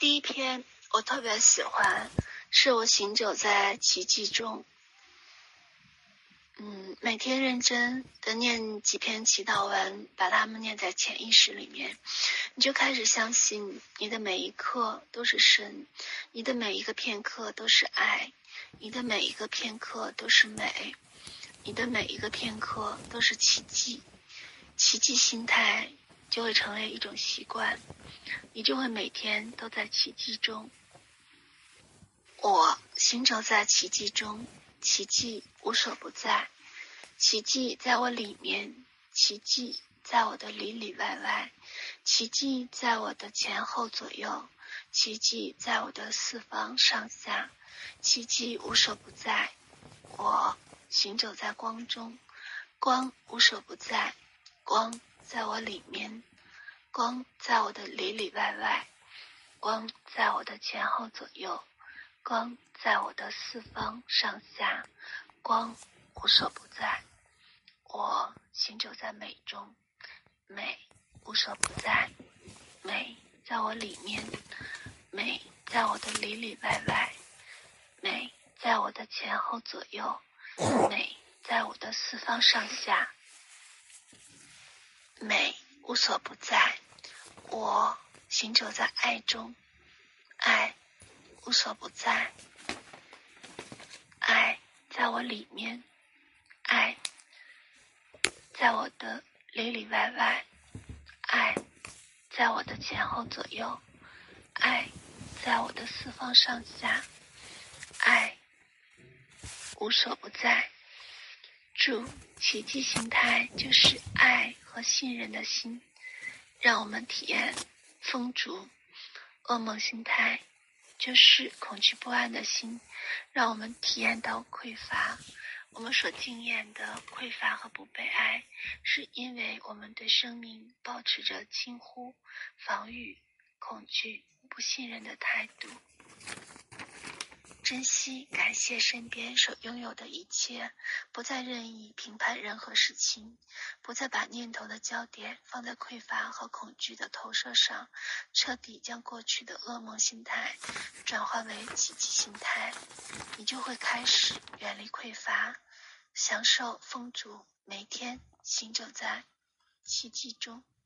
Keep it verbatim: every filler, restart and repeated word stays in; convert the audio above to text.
第一篇我特别喜欢，是我行走在奇迹中。嗯，每天认真的念几篇祈祷文，把它们念在潜意识里面，你就开始相信你的每一刻都是神，你的每一个片刻都是爱，你的每一个片刻都是美，你的每一个片刻都是奇迹。奇迹心态就会成为一种习惯，你就会每天都在奇迹中。我行走在奇迹中，奇迹无所不在，奇迹在我里面，奇迹在我的里里外外，奇迹在我的前后左右，奇迹在我的四方上下，奇迹无所不在。我行走在光中，光无所不在，光在我里面，光在我的里里外外，光在我的前后左右，光在我的四方上下，光无所不在。我行走在美中，美无所不在，美在我里面，美在我的里里外外，美在我的前后左右，美在我的四方上下，美无所不在。我行走在爱中，爱无所不在，爱在我里面，爱在我的里里外外，爱在我的前后左右，爱在我的四方上下，爱无所不在。主，奇迹心态就是爱和信任的心，让我们体验丰足。噩梦心态就是恐惧不安的心，让我们体验到匮乏。我们所经验的匮乏和不被爱，是因为我们对生命保持着轻忽、防御、恐惧、不信任的态度。珍惜感谢身边所拥有的一切，不再任意评判任何事情，不再把念头的焦点放在匮乏和恐惧的投射上，彻底将过去的噩梦心态转换为奇迹心态，你就会开始远离匮乏，享受丰足，每天行走在奇迹中。